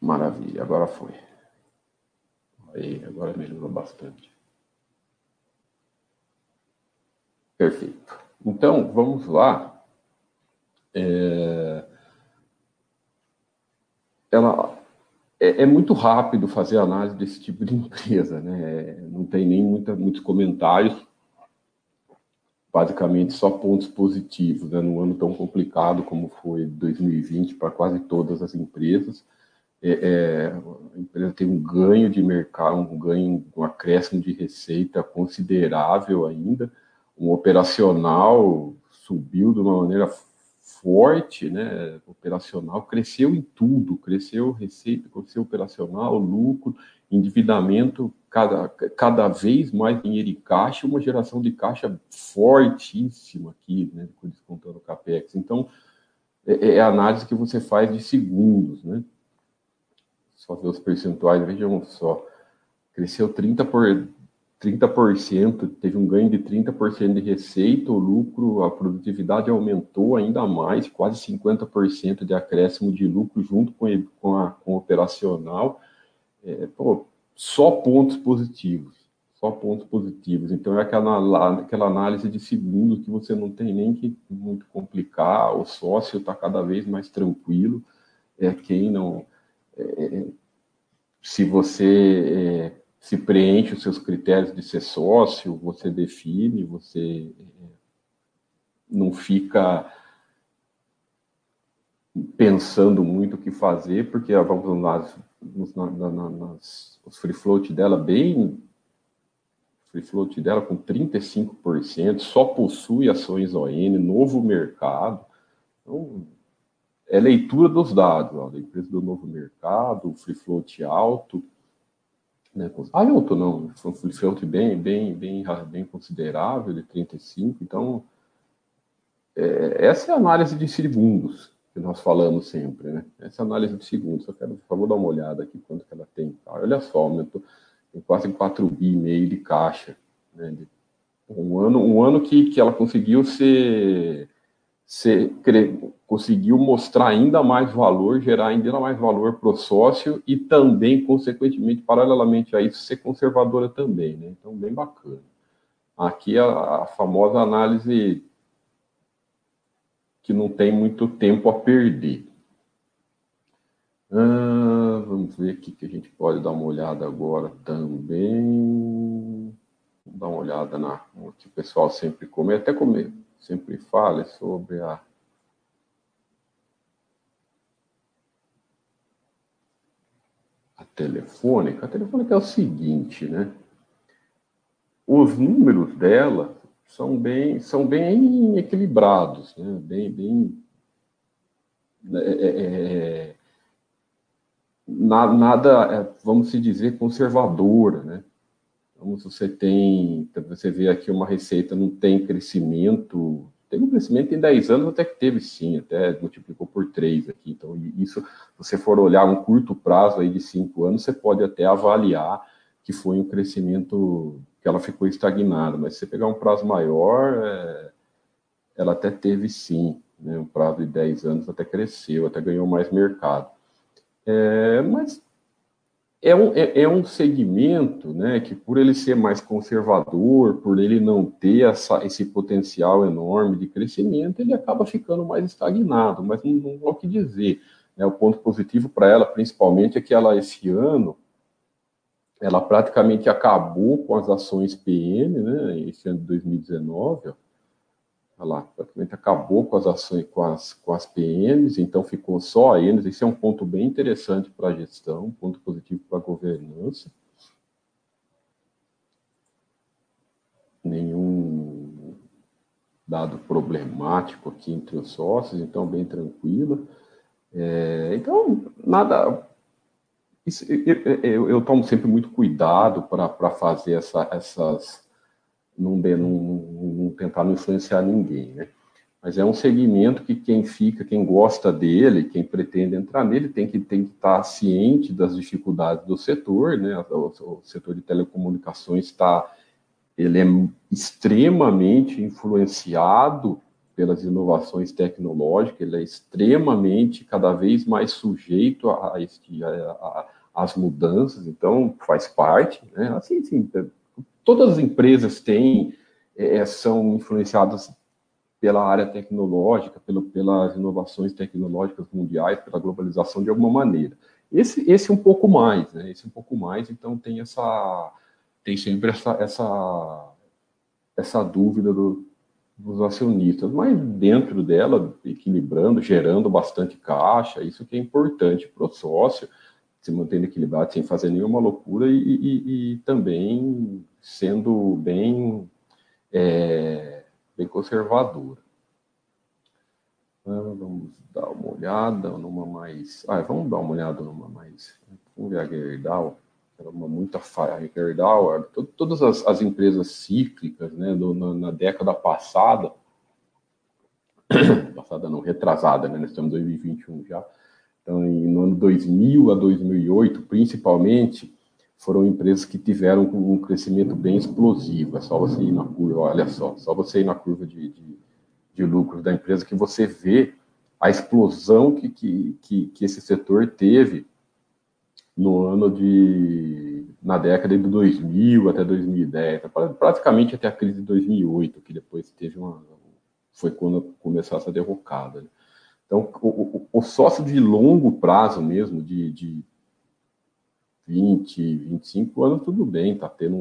Maravilha, agora foi. Aí, agora melhorou bastante. Perfeito. Então, vamos lá. É muito rápido fazer análise desse tipo de empresa, né? Não tem nem muitos comentários, basicamente só pontos positivos, né? Num ano tão complicado como foi 2020 para quase todas as empresas. A empresa tem um ganho de mercado, um acréscimo de receita considerável ainda, um operacional subiu de uma maneira forte, né? Operacional cresceu em tudo, cresceu receita, cresceu operacional, lucro, endividamento cada vez mais dinheiro em caixa, uma geração de caixa fortíssima aqui, né? Descontando o CAPEX. Então, é a análise que você faz de segundos, né? Só ver os percentuais, vejam só, cresceu 30%, teve um ganho de 30% de receita, o lucro, a produtividade aumentou ainda mais, quase 50% de acréscimo de lucro junto com o operacional. Só pontos positivos, só pontos positivos. Então é aquela análise de segundo que você não tem nem que muito complicar, o sócio está cada vez mais tranquilo, quem não... se você se preenche os seus critérios de ser sócio, você define, você não fica pensando muito o que fazer, porque vamos lá, os free float dela com 35%, só possui ações ON, novo mercado. Então, é leitura dos dados, ó, da empresa do novo mercado, free float alto, né? Alto não, foi um free float bem considerável, de 35%. Então, essa é a análise de segundos que nós falamos sempre, né? Essa é a análise de segundos. Eu quero, por favor, dar uma olhada aqui quanto que ela tem. Olha só, aumentou, tem quase 4,5 bi de caixa, né? Um ano que ela conseguiu conseguiu mostrar ainda mais valor, gerar ainda mais valor para o sócio e também, consequentemente, paralelamente a isso, ser conservadora também, né? Então, bem bacana. Aqui a famosa análise que não tem muito tempo a perder. Vamos ver aqui que a gente pode dar uma olhada agora também. Vamos dar uma olhada no que o pessoal sempre sempre fala sobre a Telefônica. A Telefônica é o seguinte, né? Os números dela são bem equilibrados, né? Nada, vamos se dizer, conservadora, né? Então, você vê aqui uma receita, não tem crescimento, teve um crescimento em 10 anos, até que teve sim, até multiplicou por 3 aqui. Então, isso, se você for olhar um curto prazo aí de 5 anos, você pode até avaliar que foi um crescimento que ela ficou estagnada, mas se você pegar um prazo maior, ela até teve sim, né? Um prazo de 10 anos até cresceu, até ganhou mais mercado. Mas é um segmento, né, que por ele ser mais conservador, por ele não ter esse potencial enorme de crescimento, ele acaba ficando mais estagnado, mas não há o que dizer, né? O ponto positivo para ela, principalmente, é que esse ano, ela praticamente acabou com as ações PM, né, esse ano de 2019, lá, praticamente acabou com as ações, com as PMs, então ficou só a eles. Esse é um ponto bem interessante para a gestão, um ponto positivo para a governança. Nenhum dado problemático aqui entre os sócios, então bem tranquilo. Então, nada... eu tomo sempre muito cuidado para fazer essas... Não tentar não influenciar ninguém, né? Mas é um segmento que quem gosta dele, quem pretende entrar nele, tem que estar ciente das dificuldades do setor, né? O setor de telecomunicações ele é extremamente influenciado pelas inovações tecnológicas, ele é extremamente, cada vez mais sujeito às mudanças, então faz parte, né? Assim, sim, todas as empresas são influenciadas pela área tecnológica, pelas inovações tecnológicas mundiais, pela globalização de alguma maneira. Esse um pouco mais, né? Esse um pouco mais, então tem sempre essa dúvida dos acionistas, mas dentro dela, equilibrando, gerando bastante caixa, isso que é importante para o sócio, se mantendo equilibrado, sem fazer nenhuma loucura e também sendo bem conservador. Vamos dar uma olhada numa mais... vamos dar uma olhada numa mais... Vamos ver a Gerdau, era uma muita falha. A Gerdau, todas as empresas cíclicas, né, na década passada não, retrasada, né, nós estamos em 2021 já, então no ano 2000 a 2008, principalmente, foram empresas que tiveram um crescimento bem explosivo. É só você ir na curva, olha só você ir na curva de lucros da empresa que você vê a explosão que esse setor teve na década de 2000 até 2010, praticamente até a crise de 2008, que depois foi quando começou essa derrocada. Então, o sócio de longo prazo mesmo, de 20, 25 anos, tudo bem,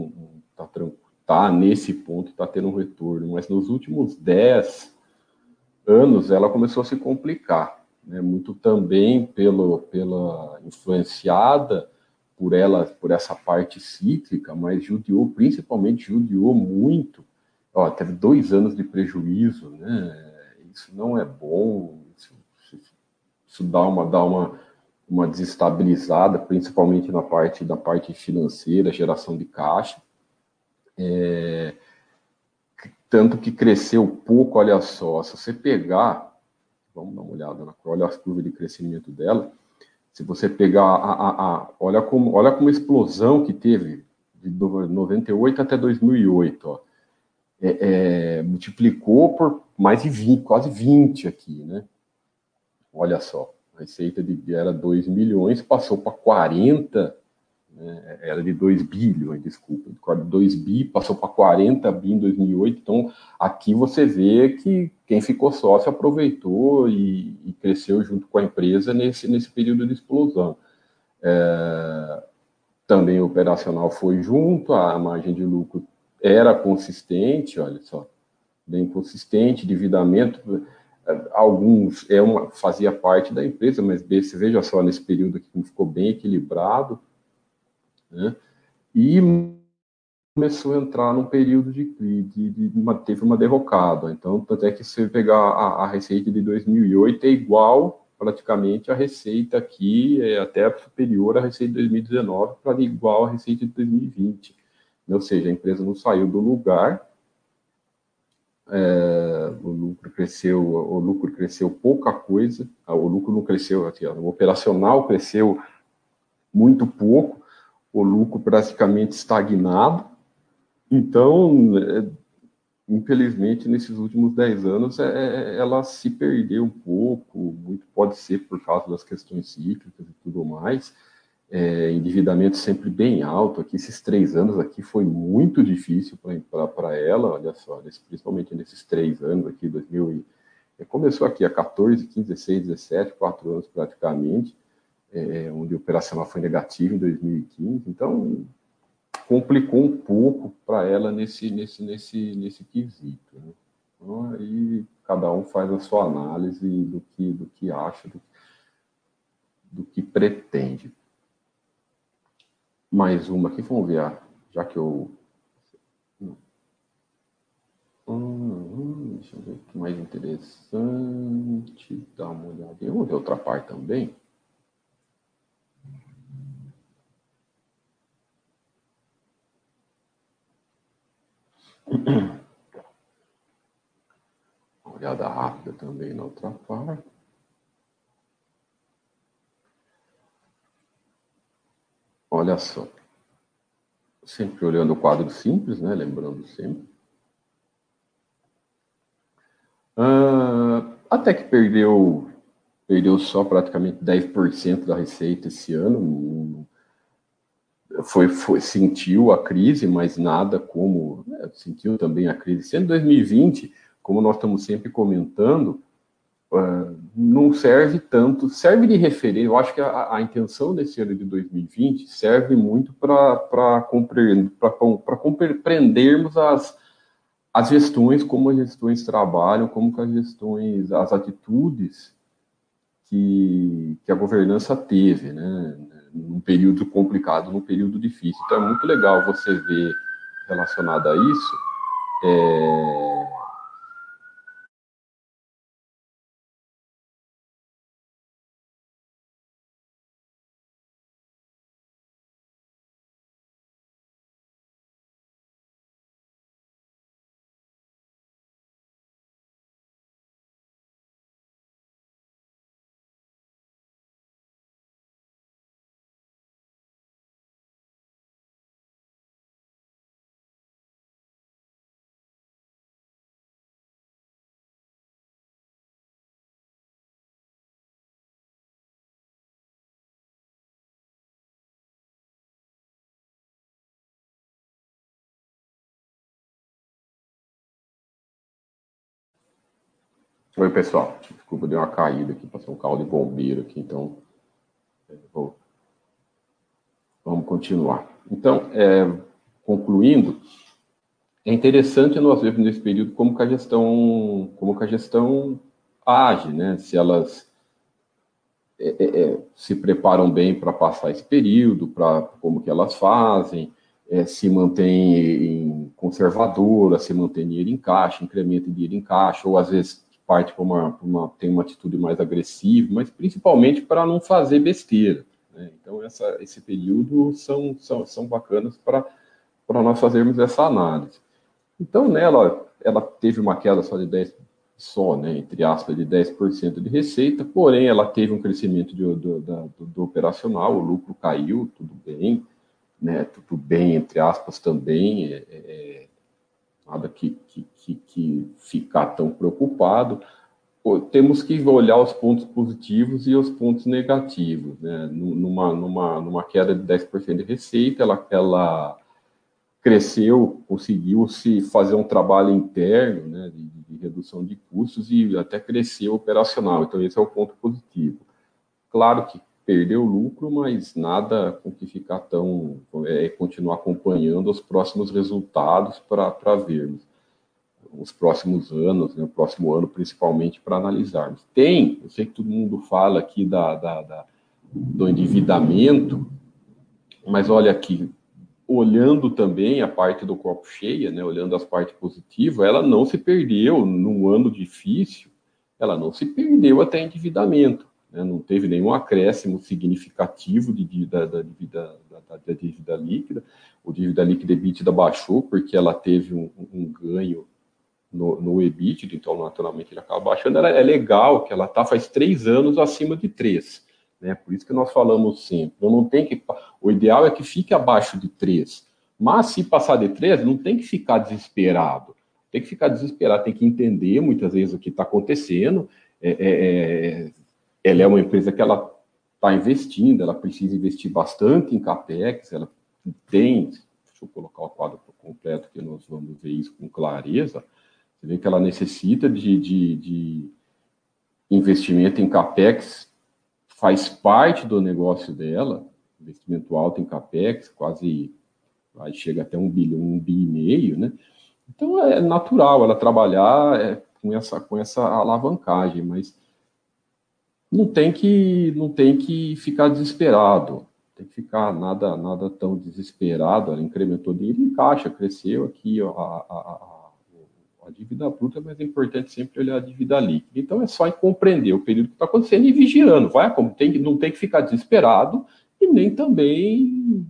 tá nesse ponto, está tendo um retorno, mas nos últimos 10 anos ela começou a se complicar, né? Muito também pela influenciada por essa parte cíclica, mas principalmente judiou muito. Teve 2 anos de prejuízo, né? Isso não é bom, isso dá uma desestabilizada, principalmente da parte financeira, geração de caixa. Tanto que cresceu pouco, olha só, se você pegar, vamos dar uma olhada, olha as curvas de crescimento dela, se você pegar, olha como a explosão que teve de 98 até 2008, ó, multiplicou por mais de 20, quase 20 aqui, né? Olha só, a receita era 2 milhões, passou para 40, né? Era de 2 bilhões, desculpa, 2 bi, passou para 40 bi em 2008, então aqui você vê que quem ficou sócio aproveitou e cresceu junto com a empresa nesse período de explosão. Também o operacional foi junto, a margem de lucro era consistente, olha só, bem consistente, endividamento, alguns fazia parte da empresa, mas você veja só, nesse período aqui ficou bem equilibrado, né? E começou a entrar num período teve uma derrocada. Então, até que você pegar a receita de 2008 é igual praticamente a receita aqui, é até superior à receita de 2019, para igual à receita de 2020. Ou seja, a empresa não saiu do lugar, o lucro cresceu pouca coisa, o lucro não cresceu, assim, o operacional cresceu muito pouco, o lucro praticamente estagnado. Então, infelizmente, nesses últimos 10 anos, ela se perdeu um pouco, muito pode ser por causa das questões cíclicas e tudo mais, endividamento sempre bem alto. Aqui, esses 3 anos aqui foi muito difícil para ela, olha só, principalmente nesses 3 anos aqui, começou aqui a 14, 15, 16, 17, 4 anos praticamente, onde o operacional foi negativo em 2015, então complicou um pouco para ela nesse quesito, né? Então, aí cada um faz a sua análise do que acha, do que pretende. Mais uma aqui, vamos ver, já que eu... deixa eu ver o que mais interessante, dá uma olhadinha. Vamos ver outra parte também. Uma olhada rápida também na outra parte. Olha só. Sempre olhando o quadro simples, né? Lembrando sempre. Até que perdeu só praticamente 10% da receita esse ano. Sentiu a crise, mas nada como... sentiu também a crise. Sendo 2020, como nós estamos sempre comentando, não serve tanto, serve de referência. Eu acho que a intenção desse ano de 2020 serve muito para compreendermos as gestões, como as gestões trabalham, como que as gestões, as atitudes que a governança teve, né, num período complicado, num período difícil. Então é muito legal você ver relacionado a isso. Oi, pessoal. Desculpa, deu uma caída aqui, passou um carro de bombeiro aqui, então vamos continuar. Então, concluindo, é interessante nós vermos nesse período como que a gestão age, né? Se elas se preparam bem para passar esse período, para como que elas fazem, se mantém conservadora, se mantém dinheiro em caixa, incrementa dinheiro em caixa, ou às vezes parte para tem uma atitude mais agressiva, mas principalmente para não fazer besteira, né? Então, esse período são bacanas para nós fazermos essa análise. Então, nela, ela teve uma queda só de 10%, só, né, entre aspas, de 10% de receita, porém ela teve um crescimento do operacional, o lucro caiu, tudo bem, né, tudo bem, entre aspas, também, nada que ficar tão preocupado. Temos que olhar os pontos positivos e os pontos negativos, né, numa queda de 10% de receita, ela cresceu, conseguiu se fazer um trabalho interno, né, de redução de custos e até cresceu operacional. Então, esse é o ponto positivo. Claro que perdeu lucro, mas nada com que ficar tão... continuar acompanhando os próximos resultados para vermos os próximos anos, né, o próximo ano, principalmente, para analisarmos. Eu sei que todo mundo fala aqui do endividamento, mas olha aqui, olhando também a parte do copo cheia, né, olhando as partes positivas, ela não se perdeu num ano difícil, ela não se perdeu até endividamento, né, não teve nenhum acréscimo significativo da dívida líquida. O dívida líquida EBITDA baixou porque ela teve um ganho no EBITDA, então naturalmente ele acaba baixando. Ela é legal que ela está faz 3 anos acima de 3, né? Por isso que nós falamos sempre. O ideal é que fique abaixo de 3. Mas se passar de 3, não tem que ficar desesperado. Tem que ficar desesperado, tem que entender muitas vezes o que está acontecendo. Ela é uma empresa que ela está investindo, ela precisa investir bastante em CAPEX, ela tem... Deixa eu colocar o quadro completo que nós vamos ver isso com clareza. Você vê que ela necessita de investimento em CAPEX, faz parte do negócio dela, investimento alto em CAPEX, quase chega até 1 bi e meio, né? Então é natural ela trabalhar com essa alavancagem, mas não tem que ficar desesperado, tem que ficar nada tão desesperado. Ela incrementou dinheiro em caixa, cresceu aqui a dívida bruta, mas é importante sempre olhar a dívida líquida. Então é só compreender o período que está acontecendo e vigiando. Não tem que ficar desesperado e nem também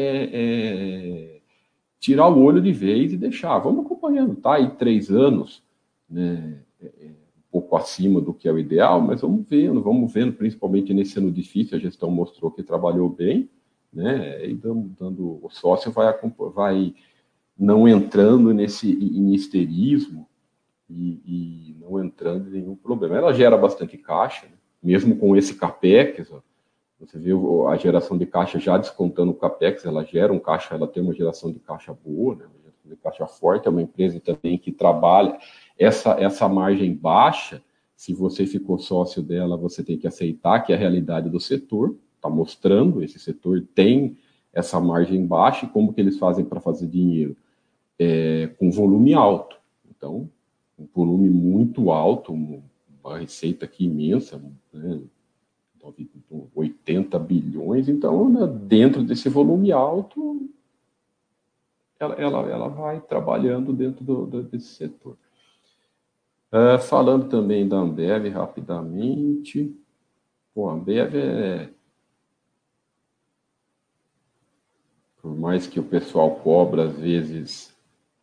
tirar o olho de vez e deixar. Vamos acompanhando, tá? Aí 3 anos, né, um pouco acima do que é o ideal, mas vamos vendo, principalmente nesse ano difícil, a gestão mostrou que trabalhou bem, né? E o sócio vai não entrando nesse histerismo e não entrando em nenhum problema. Ela gera bastante caixa, né? Mesmo com esse CAPEX, ó, você vê a geração de caixa já descontando o CAPEX, ela gera um caixa, ela tem uma geração de caixa boa, né? Uma geração de caixa forte, é uma empresa também que trabalha essa margem baixa. Se você ficou sócio dela, você tem que aceitar que é a realidade do setor, está mostrando, esse setor tem essa margem baixa, e como que eles fazem para fazer dinheiro? Com volume alto. Então, um volume muito alto, uma receita aqui imensa, né? 80 bilhões, então, né, dentro desse volume alto, ela vai trabalhando dentro desse setor. Falando também da Ambev, rapidamente, a Ambev por mais que o pessoal cobra, às vezes,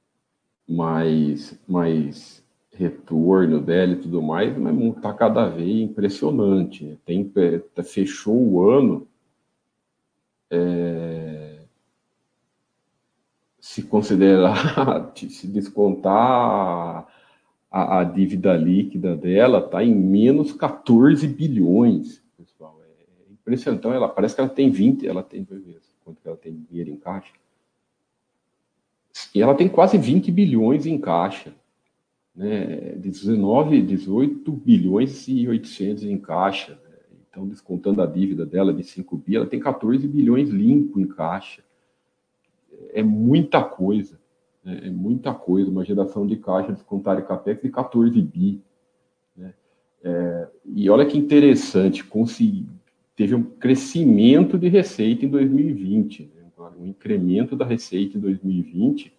mais retorno dela e tudo mais, mas está cada vez impressionante. Fechou o ano, se considerar, se descontar a dívida líquida dela, está em menos 14 bilhões, pessoal. É impressionante. Então, ela parece que ela tem 20, ela tem, quanto que ela tem de dinheiro em caixa? E ela tem quase 20 bilhões em caixa, né? 19, 18 bilhões e 800 em caixa. Então, descontando a dívida dela de 5 bi, ela tem 14 bilhões limpo em caixa. É muita coisa. Né? É muita coisa. Uma geração de caixa, descontar de CAPEX de 14 bi. Né? E olha que interessante, teve um crescimento de receita em 2020, né? Um incremento da receita em 2020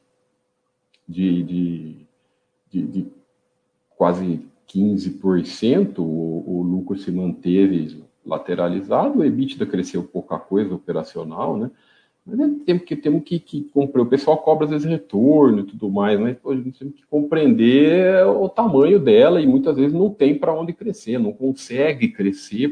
de quase 15%, o lucro se manteve lateralizado, o EBITDA cresceu pouca coisa operacional, né? Mas temos que comprar. O pessoal cobra às vezes retorno e tudo mais, mas a gente tem que compreender o tamanho dela e muitas vezes não tem para onde crescer, não consegue crescer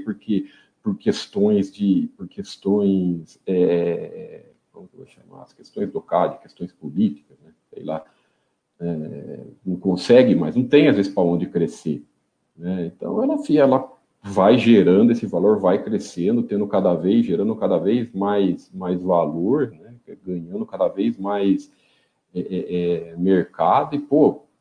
como eu vou chamar, as questões do CAD, questões políticas, né? Sei lá, não consegue mais, não tem às vezes para onde crescer, né? Então ela vai gerando esse valor, vai crescendo, gerando cada vez mais valor, né? Ganhando cada vez mais mercado, e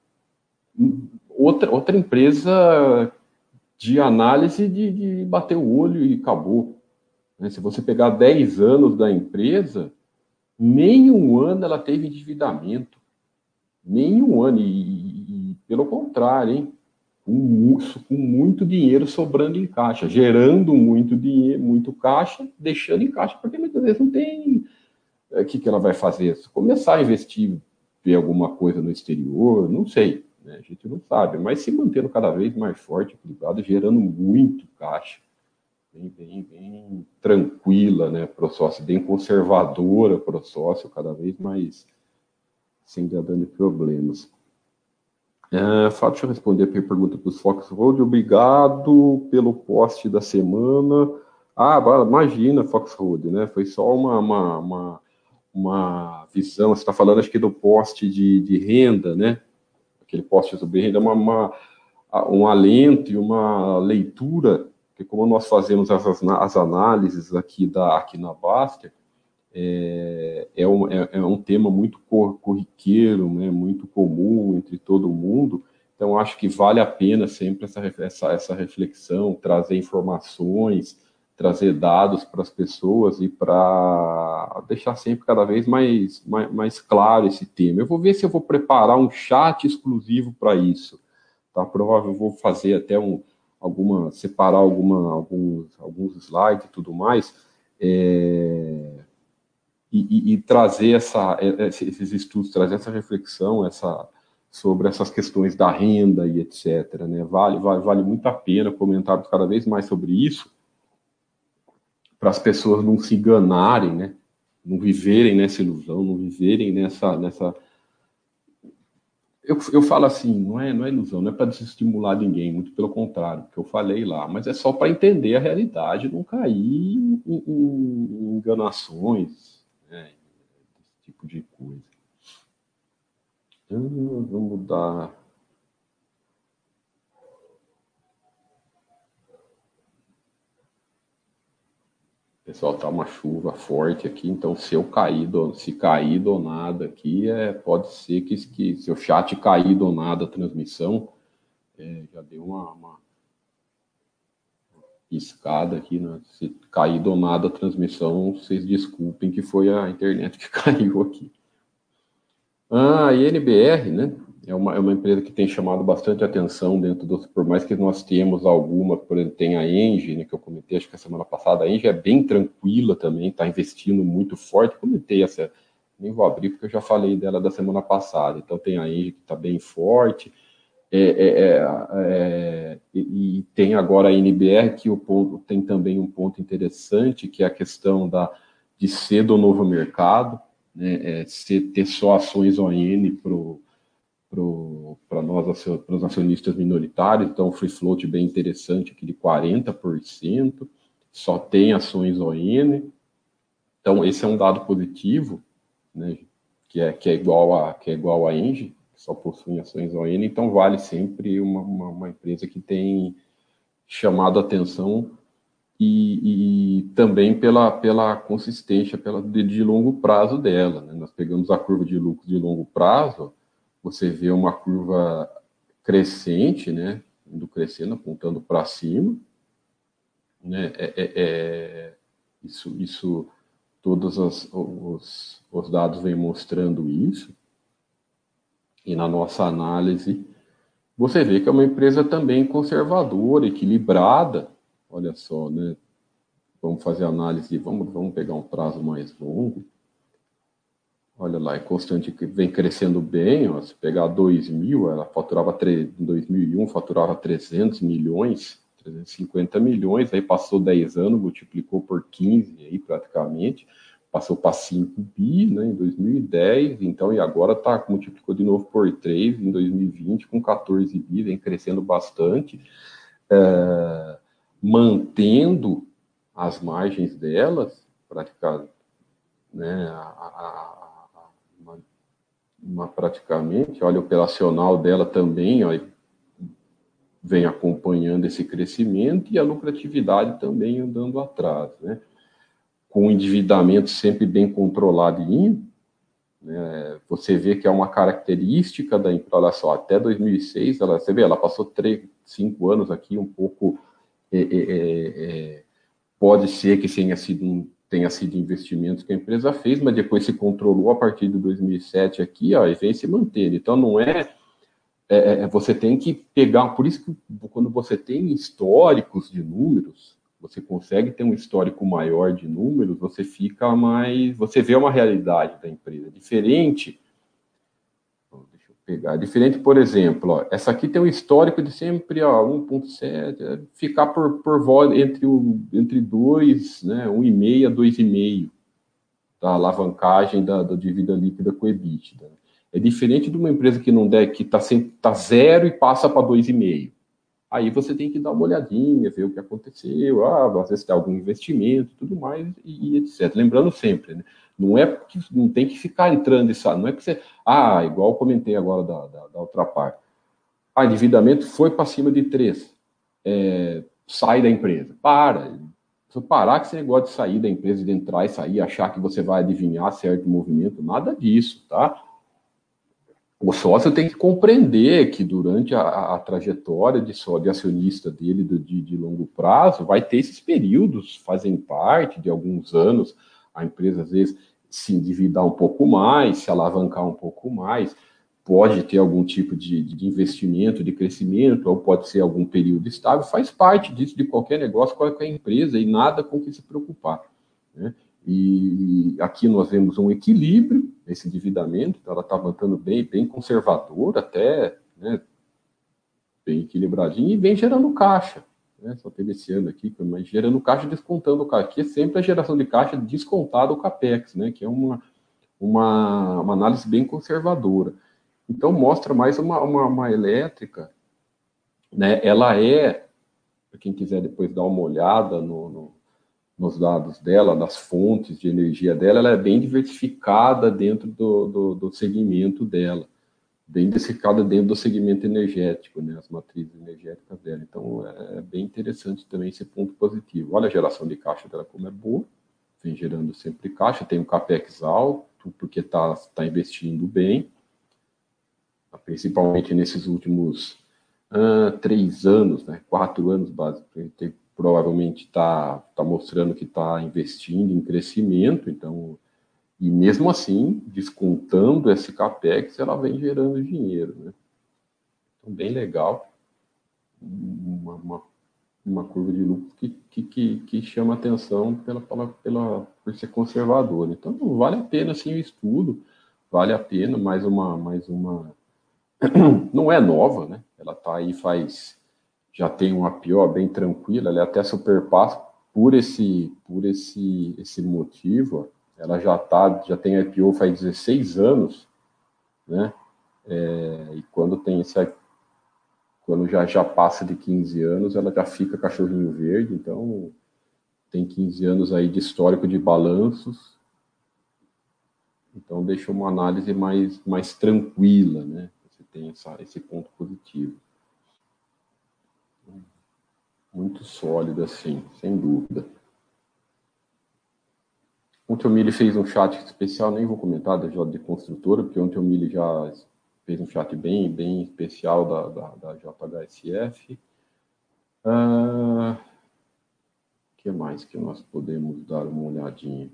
outra empresa de análise de bater o olho e acabou, né? Se você pegar 10 anos da empresa, nenhum ano ela teve endividamento, nenhum ano, e pelo contrário, hein? Com muito dinheiro sobrando em caixa, gerando muito dinheiro, muito caixa, deixando em caixa, porque muitas vezes não tem. O que ela vai fazer? Começar a investir, ver alguma coisa no exterior, não sei, né? A gente não sabe, mas se mantendo cada vez mais forte, equilibrado, gerando muito caixa, bem tranquila, né, para o sócio, bem conservadora para o sócio, cada vez mais sem dando problemas. Fábio, deixa eu responder a pergunta para os Foxhold. Obrigado pelo post da semana. Imagina, Foxhold, né? Foi só uma visão. Você está falando, acho que, do post de renda, né? Aquele post sobre renda, um alento e uma leitura, que como nós fazemos as análises aqui na Baster, é um tema muito corriqueiro, né, muito comum entre todo mundo. Então, acho que vale a pena sempre essa reflexão, trazer informações, trazer dados para as pessoas e para deixar sempre cada vez mais claro esse tema. Eu vou ver se eu vou preparar um chat exclusivo para isso. Tá? Provavelmente eu vou fazer até separar alguns slides e tudo mais. E trazer esses estudos, trazer essa reflexão sobre essas questões da renda e etc. Né? Vale muito a pena comentarmos cada vez mais sobre isso, para as pessoas não se enganarem, né? Não viverem nessa ilusão, não viverem nessa. Eu falo assim, não é ilusão, não é para desestimular ninguém, muito pelo contrário, que eu falei lá, mas é só para entender a realidade, não cair em enganações, né? Tipo de coisa. Vamos dar. Pessoal, tá uma chuva forte aqui, então se cair do nada aqui, pode ser que se o chat cair do nada a transmissão, já deu uma piscada aqui, né? Se cair do nada a transmissão, vocês desculpem que foi a internet que caiu aqui. A INBR, né? É uma empresa que tem chamado bastante atenção dentro dos, por mais que nós temos alguma, por exemplo, tem a Engie, né, que eu comentei, acho que a semana passada, a Engie é bem tranquila também, está investindo muito forte, comentei essa, nem vou abrir porque eu já falei dela da semana passada, então tem a Engie que está bem forte, e tem agora a INBR, que tem também um ponto interessante, que é a questão de ser do novo mercado, né, ter só ações ON para nós, para os acionistas minoritários, então o free float bem interessante, aqui de 40%, só tem ações ON, então esse é um dado positivo, né, que é igual a Engie, que só possui ações ON, então vale sempre uma empresa que tem chamado a atenção e também pela consistência de longo prazo dela. Né? Nós pegamos a curva de lucro de longo prazo, você vê uma curva crescente, né? Indo crescendo, apontando para cima. Né? Isso todos os dados vêm mostrando isso. E na nossa análise, você vê que é uma empresa também conservadora, equilibrada. Olha só, né? Vamos fazer análise, vamos pegar um prazo mais longo. Olha lá, é constante, que vem crescendo bem. Ó, se pegar 2000, ela faturava em 2001, faturava 300 milhões, 350 milhões, aí passou 10 anos, multiplicou por 15 aí praticamente, passou para 5 bi, né, em 2010, então, e agora multiplicou de novo por 3 em 2020 com 14 bi, vem crescendo bastante, mantendo as margens delas, praticamente, né, praticamente, olha, o operacional dela também, ó, vem acompanhando esse crescimento e a lucratividade também andando atrás, né? Com o endividamento sempre bem controladinho, né? Você vê que é uma característica da empresa, olha só, até 2006, você vê, ela passou 5 anos aqui um pouco, pode ser que tenha sido investimentos que a empresa fez, mas depois se controlou a partir de 2007 aqui, ó, e vem se mantendo. Então não você tem que pegar, por isso que quando você tem históricos de números, você consegue ter um histórico maior de números, você fica mais, você vê uma realidade da empresa diferente. Deixa eu pegar, diferente, por exemplo, ó, essa aqui tem um histórico de sempre, ó, 1,7, ficar por volta entre 2, né, 1,5 a 2,5 da alavancagem da dívida líquida com EBITDA. É diferente de uma empresa que não der, que tá zero e passa para 2,5. Aí você tem que dar uma olhadinha, ver o que aconteceu, às vezes tem algum investimento, tudo mais, e etc. Lembrando sempre, né? Não tem que ficar entrando e não é que você, igual eu comentei agora da outra parte. Endividamento foi para cima de 3. Sai da empresa. Se parar com esse negócio de sair da empresa, de entrar e sair, achar que você vai adivinhar certo movimento, nada disso, tá? O sócio tem que compreender que durante a trajetória de acionista dele de longo prazo, vai ter esses períodos, fazem parte de alguns anos, a empresa às vezes se endividar um pouco mais, se alavancar um pouco mais, pode ter algum tipo de investimento, de crescimento, ou pode ser algum período estável, faz parte disso de qualquer negócio, qualquer empresa, e nada com que se preocupar, né? E aqui nós vemos um equilíbrio nesse endividamento, então ela está mantendo bem conservadora até, né, bem equilibradinha e vem gerando caixa. Né? Só teve esse ano aqui, mas gerando caixa e descontando o caixa. Aqui é sempre a geração de caixa descontada o CAPEX, né, que é uma análise bem conservadora. Então mostra mais uma elétrica, né, ela para quem quiser depois dar uma olhada nos dados dela, das fontes de energia dela, ela é bem diversificada dentro do segmento dela, bem diversificada dentro do segmento energético, né, as matrizes energéticas dela. Então, é bem interessante também esse ponto positivo. Olha a geração de caixa dela como é boa, vem gerando sempre caixa, tem um CAPEX alto, porque está investindo bem, principalmente nesses últimos 3 anos, né, 4 anos, basicamente, provavelmente está mostrando que está investindo em crescimento, então, e mesmo assim, descontando esse CAPEX, ela vem gerando dinheiro, né? Então, bem legal, uma curva de lucro que chama atenção por ser conservador. Então, vale a pena, sim, o estudo, vale a pena, mais uma não é nova, né? Ela está aí já tem uma IPO bem tranquila, ela até superpassa por esse motivo. Ela já tem a IPO faz 16 anos, né? E quando já passa de 15 anos, ela já fica cachorrinho verde, então tem 15 anos aí de histórico de balanços, então deixa uma análise mais tranquila, né? Você tem esse ponto positivo. Muito sólido, assim, sem dúvida. Ontem o Mili fez um chat especial, nem vou comentar de construtora, porque ontem o Mili já fez um chat bem especial da JHSF. Que mais que nós podemos dar uma olhadinha?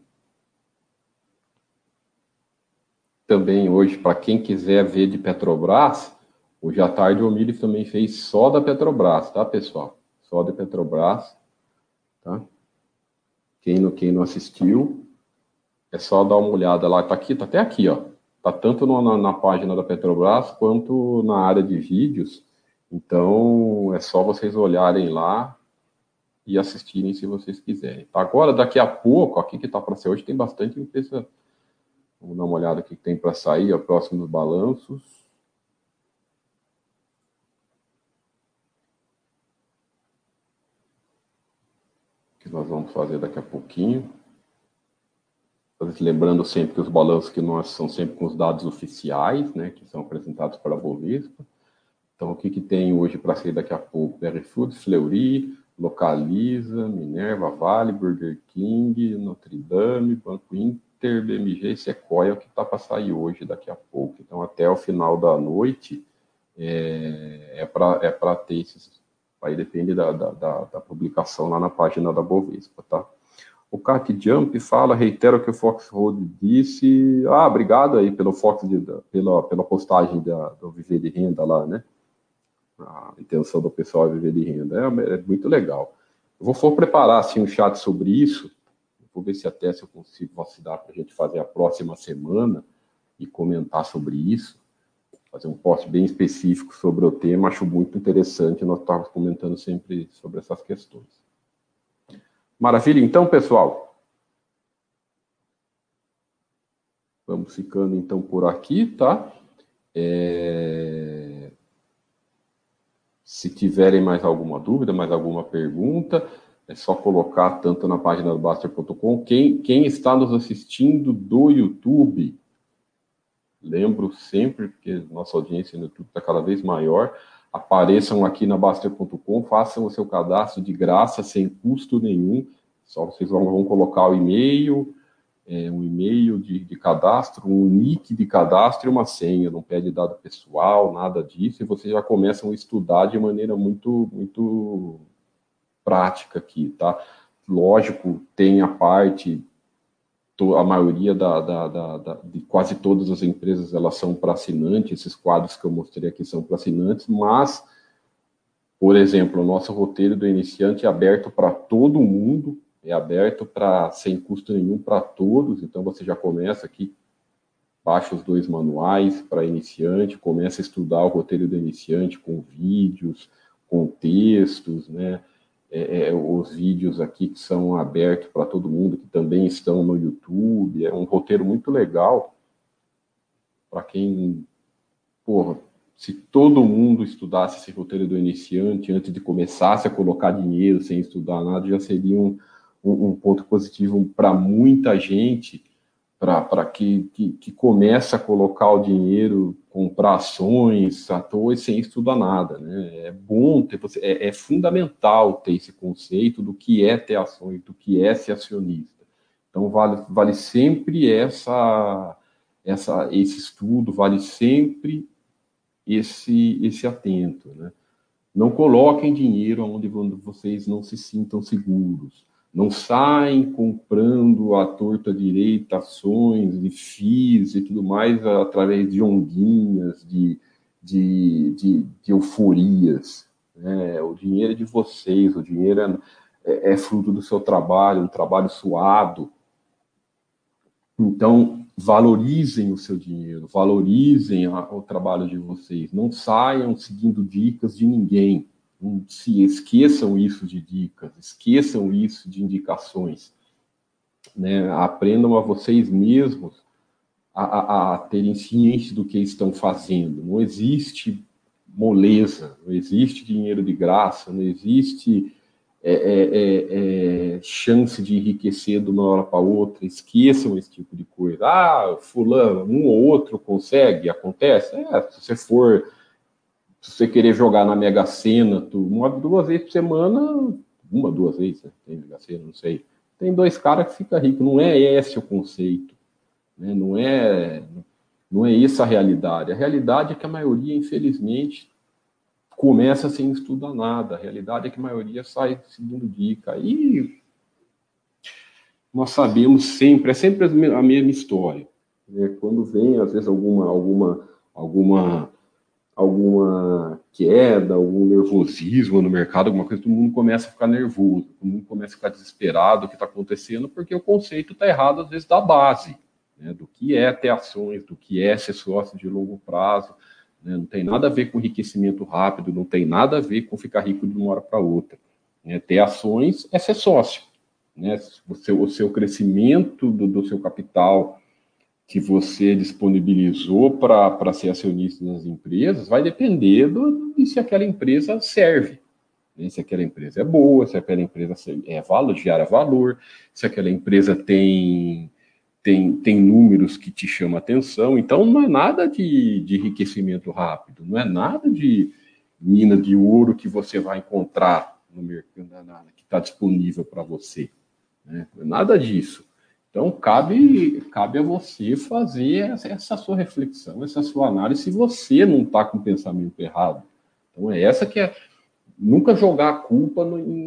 Também hoje, para quem quiser ver de Petrobras, hoje à tarde o Mili também fez só da Petrobras, tá, pessoal? Só da Petrobras, tá? Quem não assistiu, é só dar uma olhada lá, tá até aqui, ó. Tá tanto na página da Petrobras quanto na área de vídeos. Então, é só vocês olharem lá e assistirem se vocês quiserem. Tá? Agora, daqui a pouco, aqui que tá para ser hoje, tem bastante empresa. Vamos dar uma olhada aqui que tem para sair, ó, próximos balanços. Que nós vamos fazer daqui a pouquinho. Lembrando sempre que os balanços que nós são sempre com os dados oficiais, né, que são apresentados pela Bovespa. Então, o que tem hoje para sair daqui a pouco? BR Foods, Fleury, Localiza, Minerva, Vale, Burger King, Notre Dame, Banco Inter, BMG e Sequoia, o que está para sair hoje, daqui a pouco. Então, até o final da noite, para ter esses... Aí depende da publicação lá na página da Bovespa, tá? O CAC Jump reitera o que o Fox Road disse. Obrigado aí pelo Fox, pela postagem do Viver de Renda lá, né? A intenção do pessoal é viver de renda. É muito legal. Eu vou preparar assim, um chat sobre isso. Vou ver se até se eu consigo dar para a gente fazer a próxima semana e comentar sobre isso. Fazer um post bem específico sobre o tema. Acho muito interessante. Nós estávamos comentando sempre sobre essas questões. Maravilha, então, pessoal. Vamos ficando, então, por aqui, tá? Se tiverem mais alguma dúvida, mais alguma pergunta, é só colocar tanto na página do Baster.com. Quem está nos assistindo do YouTube, lembro sempre, porque nossa audiência no YouTube está cada vez maior, apareçam aqui na Baster.com, façam o seu cadastro de graça, sem custo nenhum. Só vocês vão colocar o e-mail, um e-mail de cadastro, um nick de cadastro e uma senha, não pede dado pessoal, nada disso, e vocês já começam a estudar de maneira muito prática aqui, tá? Lógico, tem a parte, a maioria de quase todas as empresas, elas são para assinante, esses quadros que eu mostrei aqui são para assinantes, mas, por exemplo, o nosso roteiro do iniciante é aberto para todo mundo, é aberto sem custo nenhum para todos, então você já começa aqui, baixa os 2 manuais para iniciante, começa a estudar o roteiro do iniciante com vídeos, com textos, né? Os vídeos aqui que são abertos para todo mundo, que também estão no YouTube, é um roteiro muito legal para quem, se todo mundo estudasse esse roteiro do iniciante antes de começasse a colocar dinheiro sem estudar nada, já seria um ponto positivo para muita gente, para que começa a colocar o dinheiro, comprar ações à toa e sem estudar nada, né? É bom ter é fundamental ter esse conceito do que é ter ações, do que é ser acionista. Então, vale sempre esse estudo, vale sempre esse atento, né? Não coloquem dinheiro onde vocês não se sintam seguros. Não saem comprando à torta direita ações de FIIs e tudo mais através de ondinhas, de euforias, né? O dinheiro é de vocês, o dinheiro é fruto do seu trabalho, um trabalho suado. Então, valorizem o seu dinheiro, valorizem o trabalho de vocês. Não saiam seguindo dicas de ninguém. Não se esqueçam isso de dicas, esqueçam isso de indicações. Né? Aprendam a vocês mesmos a terem ciência do que estão fazendo. Não existe moleza, não existe dinheiro de graça, não existe chance de enriquecer de uma hora para outra. Esqueçam esse tipo de coisa. Ah, fulano, um ou outro consegue, acontece. Se você querer jogar na Mega Sena, duas vezes por semana, duas vezes, né? Tem Mega Sena, não sei. Tem 2 caras que ficam ricos. Não é esse o conceito, né? Não é essa a realidade. A realidade é que a maioria, infelizmente, começa sem estudar nada. A realidade é que a maioria sai seguindo dica. E nós sabemos sempre, é sempre a mesma história. Né? Quando vem, às vezes, alguma queda, algum nervosismo no mercado, alguma coisa, todo mundo começa a ficar nervoso, todo mundo começa a ficar desesperado do que está acontecendo, porque o conceito está errado, às vezes, da base, né? Do que é ter ações, do que é ser sócio de longo prazo. Né? Não tem nada a ver com enriquecimento rápido, não tem nada a ver com ficar rico de uma hora para outra. Né? Ter ações é ser sócio. Né? O seu crescimento do seu capital que você disponibilizou para ser acionista nas empresas vai depender de se aquela empresa serve. Né? Se aquela empresa é boa, se aquela empresa gera valor, se aquela empresa tem números que te chamam a atenção. Então, não é nada de enriquecimento rápido, não é nada de mina de ouro que você vai encontrar no mercado, que está disponível para você. Né? Não é nada disso. Então, cabe a você fazer essa sua reflexão, essa sua análise, se você não está com o pensamento errado. Então, é essa que é. Nunca jogar a culpa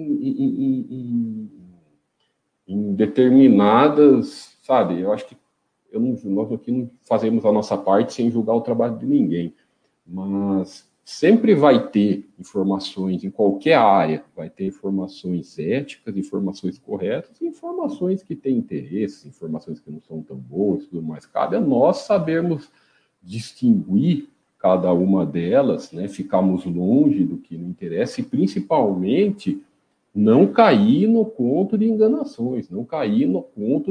em determinadas, sabe? Eu acho que nós aqui não fazemos a nossa parte sem julgar o trabalho de ninguém, mas sempre vai ter informações em qualquer área, vai ter informações éticas, informações corretas, informações que têm interesse, informações que não são tão boas, tudo mais. Cabe a nós sabermos distinguir cada uma delas, né? Ficarmos longe do que não interessa e, principalmente, não cair no conto de enganações, não cair no conto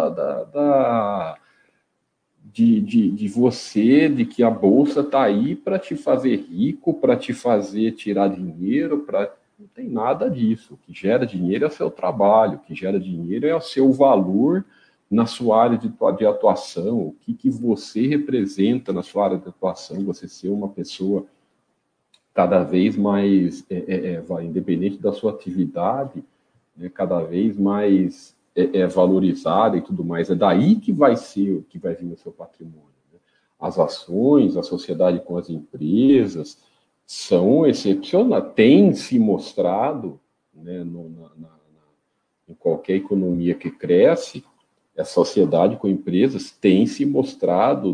de você, de que a bolsa está aí para te fazer rico, para te fazer tirar dinheiro, não tem nada disso. O que gera dinheiro é o seu trabalho, o que gera dinheiro é o seu valor na sua área de atuação, o que você representa na sua área de atuação, você ser uma pessoa cada vez mais, independente da sua atividade, né, cada vez mais valorizada e tudo mais. É daí que vai vir o seu patrimônio. Né? As ações, a sociedade com as empresas são excepcionais, tem se mostrado, né, em qualquer economia que cresce, a sociedade com empresas tem se mostrado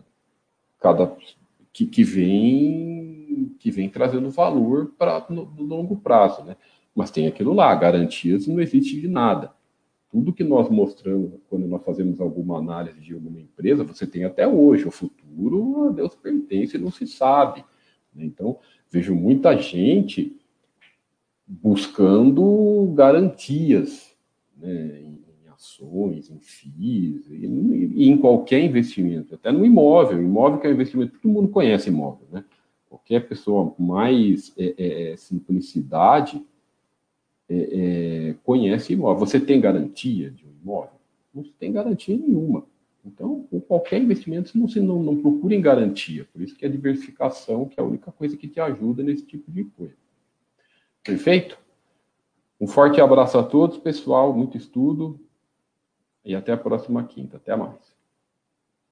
que vem trazendo valor no longo prazo, né? Mas tem aquilo lá, garantias não existe de nada. Tudo que nós mostramos quando nós fazemos alguma análise de alguma empresa, você tem até hoje. O futuro, a Deus pertence, não se sabe. Né? Então, vejo muita gente buscando garantias, né, em ações, em FIIs, e em qualquer investimento, até no imóvel. Imóvel que é um investimento, todo mundo conhece imóvel, né? Qualquer pessoa com mais simplicidade conhece imóvel. Você tem garantia de um imóvel? Não tem garantia nenhuma. Então, com qualquer investimento, você não procura em garantia. Por isso que a diversificação que é a única coisa que te ajuda nesse tipo de coisa. Perfeito? Um forte abraço a todos, pessoal. Muito estudo. E até a próxima quinta. Até mais.